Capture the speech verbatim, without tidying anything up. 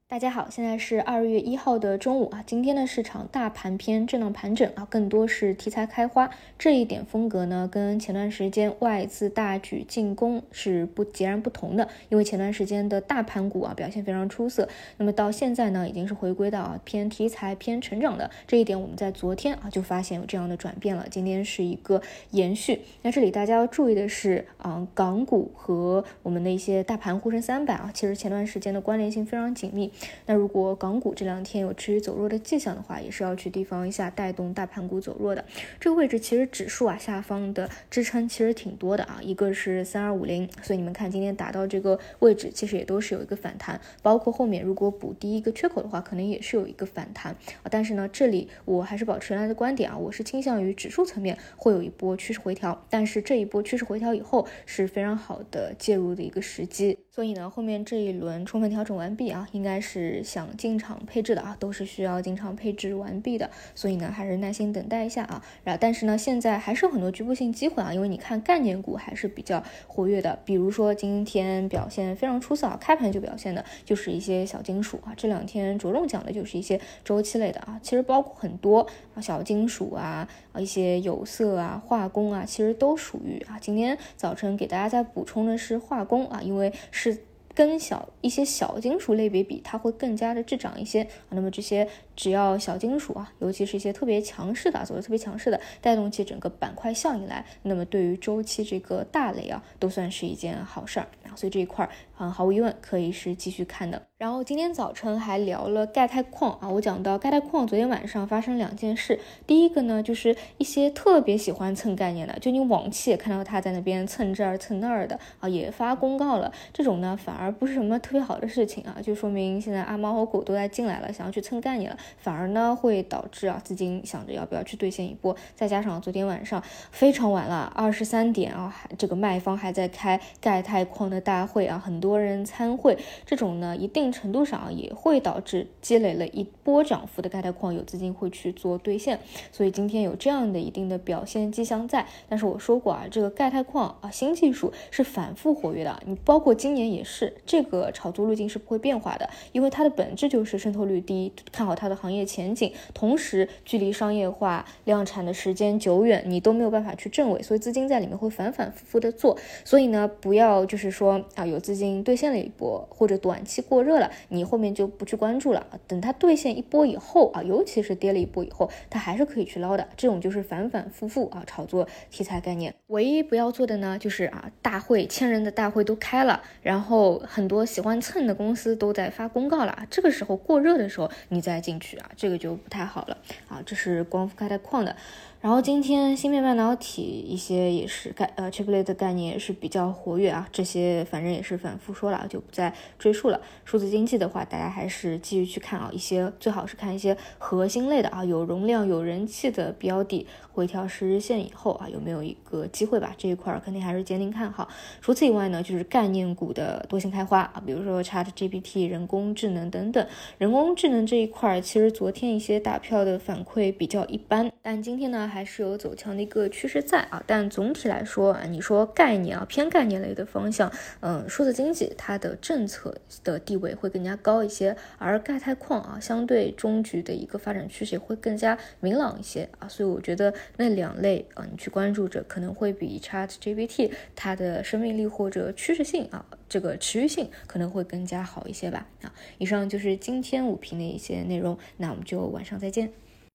大家好，现在是二月一号的中午啊。今天的市场大盘偏震荡盘整啊，更多是题材开花。这一点风格呢，跟前段时间外资大举进攻是不截然不同的。因为前段时间的大盘股啊表现非常出色，那么到现在呢，已经是回归到啊偏题材偏成长的这一点。我们在昨天啊就发现有这样的转变了，今天是一个延续。那这里大家要注意的是啊，港股和我们的一些大盘沪深三百啊，其实前段时间的关联性非常紧密。那如果港股这两天有持续走弱的迹象的话，也是要去提防一下带动大盘股走弱的这个位置。其实指数啊下方的支撑其实挺多的啊，一个是三二五零，所以你们看今天达到这个位置，其实也都是有一个反弹，包括后面如果补第一个缺口的话，可能也是有一个反弹啊。但是呢，这里我还是保持原来的观点啊，我是倾向于指数层面会有一波趋势回调，但是这一波趋势回调以后是非常好的介入的一个时机。所以呢，后面这一轮充分调整完毕啊，应该是想进场配置的啊，都是需要进场配置完毕的。所以呢，还是耐心等待一下啊。然后，但是呢，现在还是有很多局部性机会啊，因为你看概念股还是比较活跃的。比如说今天表现非常出色啊，开盘就表现的就是一些小金属啊，这两天着重讲的就是一些周期类的啊，其实包括很多小金属啊，一些有色啊、化工啊，其实都属于啊。今天早晨给大家再补充的是化工啊，因为是跟小一些小金属类别比，它会更加的滞涨一些啊。那么这些只要小金属啊，尤其是一些特别强势的，走的特别强势的，带动起整个板块效应来，那么对于周期这个大类啊，都算是一件好事儿啊。所以这一块啊，毫无疑问可以是继续看的。然后今天早晨还聊了钙钛矿啊，我讲到钙钛矿昨天晚上发生两件事。第一个呢，就是一些特别喜欢蹭概念的，就你往期也看到他在那边蹭这儿蹭那儿的啊，也发公告了，这种呢反而不是什么特别好的事情啊，就说明现在阿猫和狗都在进来了，想要去蹭概念了，反而呢会导致啊资金想着要不要去兑现一波。再加上昨天晚上非常晚了，二十三点啊，这个卖方还在开钙钛矿的大会啊，很多人参会，这种呢一定程度上啊也会导致积累了一波涨幅的钙钛矿有资金会去做兑现，所以今天有这样的一定的表现迹象在。但是我说过啊，这个钙钛矿啊新技术是反复活跃的，你包括今年也是，这个炒作路径是不会变化的，因为它的本质就是渗透率低，看好它的行业前景，同时距离商业化量产的时间久远，你都没有办法去证伪，所以资金在里面会反反复复的做。所以呢，不要就是说啊有资金兑现了一波，或者短期过热了，你后面就不去关注了，等它兑现一波以后啊，尤其是跌了一波以后，它还是可以去捞的，这种就是反反复复啊炒作题材概念。唯一不要做的呢，就是啊大会千人的大会都开了，然后很多喜欢蹭的公司都在发公告了，这个时候过热的时候你再进去啊，这个就不太好了啊。这是光伏钙钛矿的。然后今天芯片半导体一些也是概呃 chiplet 的概念也是比较活跃啊，这些反正也是反复说了，就不再赘述了。数字经济的话，大家还是继续去看啊，一些最好是看一些核心类的啊，有容量有人气的标的，回调十日线以后啊，有没有一个机会吧？这一块肯定还是坚定看好。除此以外呢，就是概念股的多性开花啊，比如说 ChatGPT、人工智能等等。人工智能这一块，其实昨天一些大票的反馈比较一般，但今天呢还是有走强的一个趋势在啊。但总体来说啊，你说概念啊偏概念类的方向，嗯，数字经济它的政策的地位会更加高一些，而钙钛矿啊相对中局的一个发展趋势会更加明朗一些啊。所以我觉得那两类啊，你去关注着可能会比 ChatGPT 它的生命力或者趋势性啊，这个持续性可能会更加好一些吧啊。以上就是今天午评的一些内容，那我们就晚上再见。